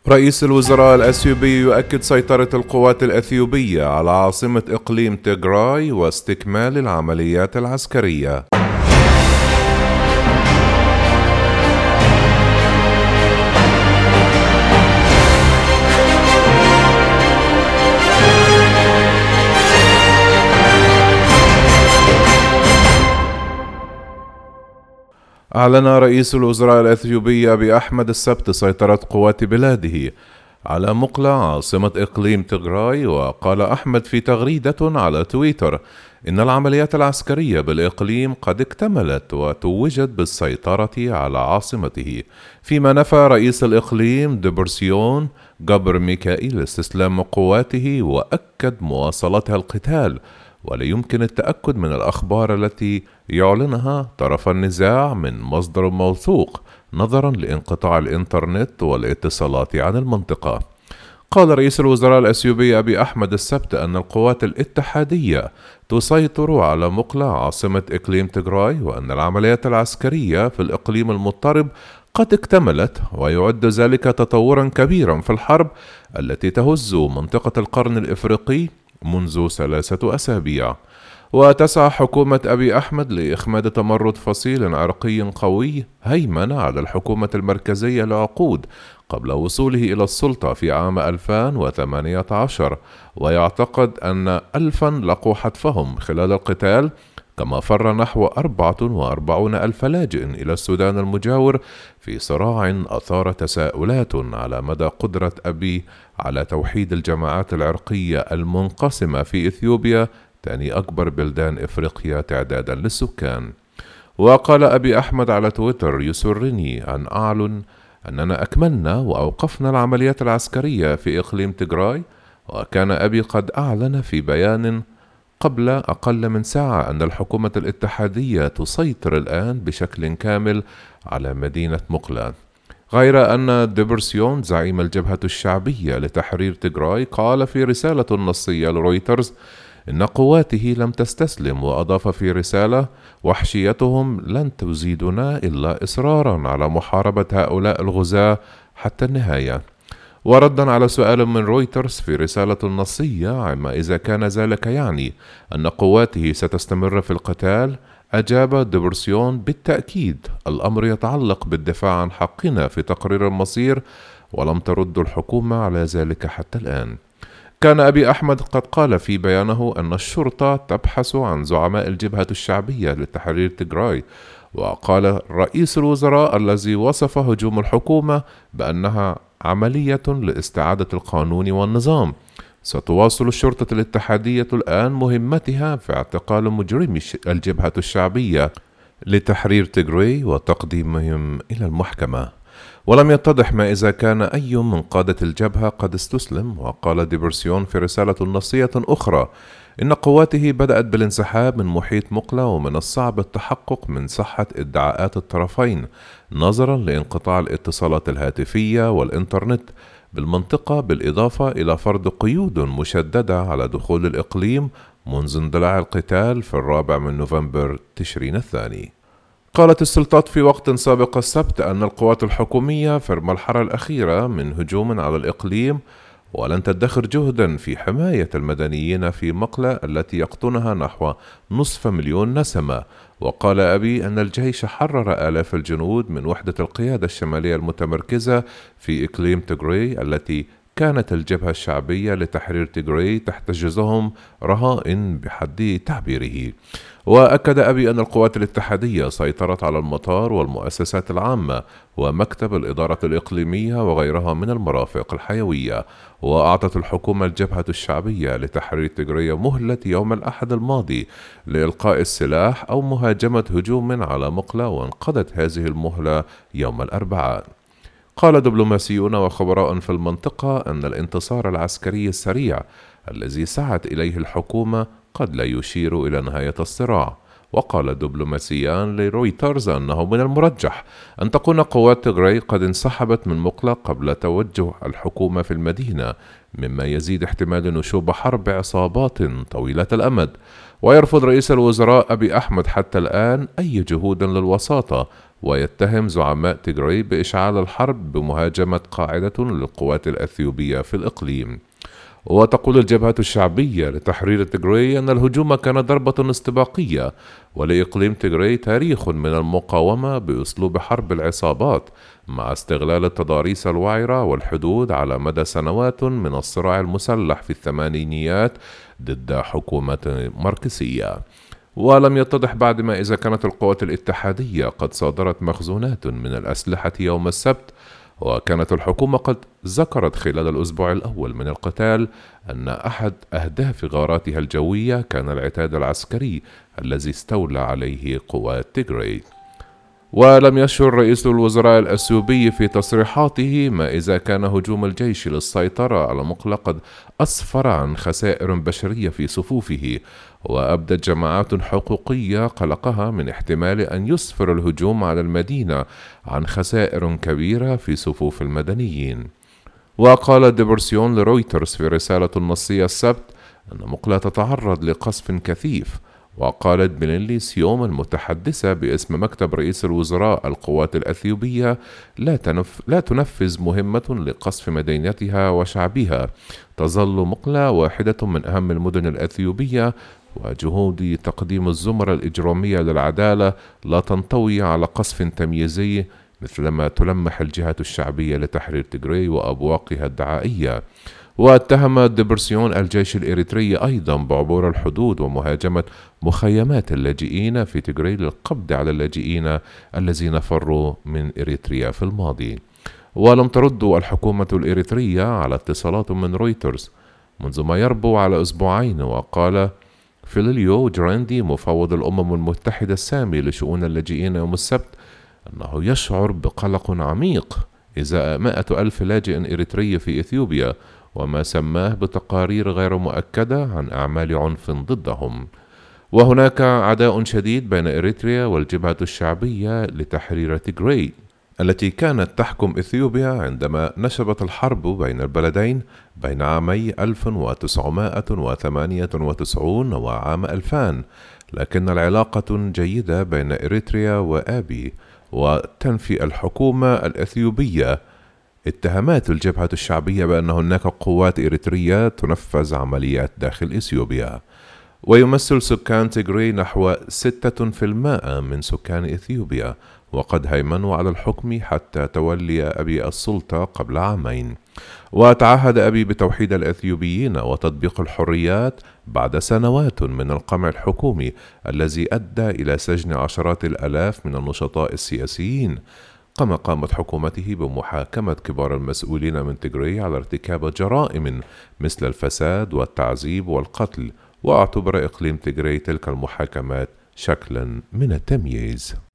رئيس الوزراء الأثيوبي يؤكد سيطرة القوات الأثيوبية على عاصمة إقليم تيغراي واستكمال العمليات العسكرية. أعلن رئيس الوزراء الأثيوبي أبي أحمد السبت سيطرة قوات بلاده على مقلع عاصمة إقليم تيغراي. وقال أحمد في تغريدة على تويتر إن العمليات العسكرية بالإقليم قد اكتملت وتوجت بالسيطرة على عاصمته، فيما نفى رئيس الإقليم دبرسيون جبر ميكائيل استسلام قواته وأكد مواصلتها القتال، ولا يمكن التأكد من الأخبار التي يعلنها طرف النزاع من مصدر موثوق نظرا لانقطاع الإنترنت والاتصالات عن المنطقة. قال رئيس الوزراء الأثيوبي أبي أحمد السبت أن القوات الاتحادية تسيطر على مقلع عاصمة إقليم تيغراي، وأن العمليات العسكرية في الإقليم المضطرب قد اكتملت، ويعد ذلك تطورا كبيرا في الحرب التي تهز منطقة القرن الإفريقي منذ 3 أسابيع. وتسعى حكومة أبي أحمد لإخماد تمرد فصيل عرقي قوي هيمن على الحكومة المركزية لعقود قبل وصوله إلى السلطة في عام 2018، ويعتقد أن 1000 لقوا حتفهم خلال القتال، كما فر نحو 44 ألف لاجئ إلى السودان المجاور في صراع أثار تساؤلات على مدى قدرة أبي على توحيد الجماعات العرقية المنقسمة في إثيوبيا، ثاني أكبر بلدان إفريقيا تعدادا للسكان. وقال أبي أحمد على تويتر: يسرني أن أعلن أننا أكملنا وأوقفنا العمليات العسكرية في إقليم تيغراي. وكان أبي قد أعلن في بيان قبل أقل من ساعة أن الحكومة الاتحادية تسيطر الآن بشكل كامل على مدينة مقلع، غير أن دبرسيون زعيم الجبهة الشعبية لتحرير تيغراي قال في رسالة نصية لرويترز إن قواته لم تستسلم، وأضاف في رسالة: وحشيتهم لن تزيدنا إلا إصرارا على محاربة هؤلاء الغزاة حتى النهاية. وردا على سؤال من رويترز في رسالة نصية عما إذا كان ذلك يعني أن قواته ستستمر في القتال، أجاب دبرسيون: بالتأكيد الأمر يتعلق بالدفاع عن حقنا في تقرير المصير، ولم ترد الحكومة على ذلك حتى الآن. كان أبي أحمد قد قال في بيانه أن الشرطة تبحث عن زعماء الجبهة الشعبية لتحرير تيغراي. وقال رئيس الوزراء الذي وصف هجوم الحكومة بأنها عملية لاستعادة القانون والنظام: ستواصل الشرطة الاتحادية الآن مهمتها في اعتقال مجرمي الجبهة الشعبية لتحرير تيغراي وتقديمهم إلى المحكمة. ولم يتضح ما إذا كان أي من قادة الجبهة قد استسلم. وقال ديبرسيون في رسالة نصية أخرى إن قواته بدأت بالانسحاب من محيط مقلع، ومن الصعب التحقق من صحة ادعاءات الطرفين نظرا لانقطاع الاتصالات الهاتفية والإنترنت بالمنطقة، بالإضافة إلى فرض قيود مشددة على دخول الإقليم منذ اندلاع القتال في 4 نوفمبر تشرين الثاني. قالت السلطات في وقت سابق السبت أن القوات الحكومية في المرحلة الأخيرة من هجوم على الإقليم، ولن تدخر جهدا في حماية المدنيين في مقلع التي يقطنها نحو 500,000 نسمة. وقال أبي أن الجيش حرر آلاف الجنود من وحدة القيادة الشمالية المتمركزة في إقليم تيغراي التي كانت الجبهة الشعبية لتحرير تيغراي تحتجزهم رهائن بحد تعبيره. وأكد أبي أن القوات الاتحادية سيطرت على المطار والمؤسسات العامة ومكتب الإدارة الإقليمية وغيرها من المرافق الحيوية. وأعطت الحكومة الجبهة الشعبية لتحرير تيغراي مهلة يوم الأحد الماضي لإلقاء السلاح أو مهاجمة هجوم على مقلع، وانقضت هذه المهلة يوم الأربعاء. قال دبلوماسيون وخبراء في المنطقة أن الانتصار العسكري السريع الذي سعت إليه الحكومة قد لا يشير إلى نهاية الصراع. وقال دبلوماسيان لرويترز أنه من المرجح أن تكون قوات تيغراي قد انسحبت من مقلة قبل توجه الحكومة في المدينة، مما يزيد احتمال نشوب حرب عصابات طويلة الأمد. ويرفض رئيس الوزراء أبي أحمد حتى الآن أي جهود للوساطة، ويتهم زعماء تيغراي بإشعال الحرب بمهاجمة قاعدة للقوات الأثيوبية في الإقليم. وتقول الجبهة الشعبية لتحرير تيغراي أن الهجوم كان ضربة استباقية، ولإقليم تيغراي تاريخ من المقاومة بأسلوب حرب العصابات، مع استغلال التضاريس الوعرة والحدود على مدى سنوات من الصراع المسلح في الثمانينيات ضد حكومة ماركسية. ولم يتضح بعد ما إذا كانت القوات الاتحادية قد صادرت مخزونات من الأسلحة يوم السبت. وكانت الحكومة قد ذكرت خلال الأسبوع الأول من القتال أن أحد أهداف غاراتها الجوية كان العتاد العسكري الذي استولى عليه قوات تيغراي. ولم يشر رئيس الوزراء الأثيوبي في تصريحاته ما إذا كان هجوم الجيش للسيطرة على مقلة قد أسفر عن خسائر بشرية في صفوفه، وأبدت جماعات حقوقية قلقها من احتمال أن يسفر الهجوم على المدينة عن خسائر كبيرة في صفوف المدنيين. وقال ديبرسيون لرويترز في رسالة نصية السبت أن مقلة تتعرض لقصف كثيف. وقالت بنيلي سيوم المتحدثة باسم مكتب رئيس الوزراء القوات الأثيوبية لا تنفذ مهمة لقصف مدينتها وشعبها. تظل مقلة واحدة من أهم المدن الأثيوبية، وجهود تقديم الزمرة الإجرامية للعدالة لا تنطوي على قصف تمييزي مثلما تلمح الجهة الشعبية لتحرير تيغراي وأبواقها الدعائية. واتهم ديبرسيون الجيش الإريتري أيضا بعبور الحدود ومهاجمة مخيمات اللاجئين في تيغراي للقبض على اللاجئين الذين فروا من إريتريا في الماضي. ولم ترد الحكومة الإريترية على اتصالات من رويترز منذ ما يربو على أسبوعين. وقال فيليو جراندي مفوض الأمم المتحدة السامي لشؤون اللاجئين يوم السبت أنه يشعر بقلق عميق إزاء 100,000 لاجئ إريتري في إثيوبيا، وما سماه بتقارير غير مؤكدة عن أعمال عنف ضدهم. وهناك عداء شديد بين إريتريا والجبهة الشعبية لتحرير تيغراي التي كانت تحكم إثيوبيا عندما نشبت الحرب بين البلدين بين عامي 1998 وعام 2000. لكن العلاقة جيدة بين إريتريا وآبي، وتنفي الحكومة الأثيوبية اتهامات الجبهة الشعبية بأن هناك قوات إريترية تنفذ عمليات داخل إثيوبيا. ويمثل سكان تيغراي نحو 6% من سكان إثيوبيا، وقد هيمنوا على الحكم حتى تولي أبي السلطة قبل عامين. وتعهد أبي بتوحيد الأثيوبيين وتطبيق الحريات بعد سنوات من القمع الحكومي الذي أدى إلى سجن عشرات الآلاف من النشطاء السياسيين. كما قامت حكومته بمحاكمة كبار المسؤولين من تيغراي على ارتكاب جرائم مثل الفساد والتعذيب والقتل، واعتبر إقليم تيغراي تلك المحاكمات شكلا من التمييز.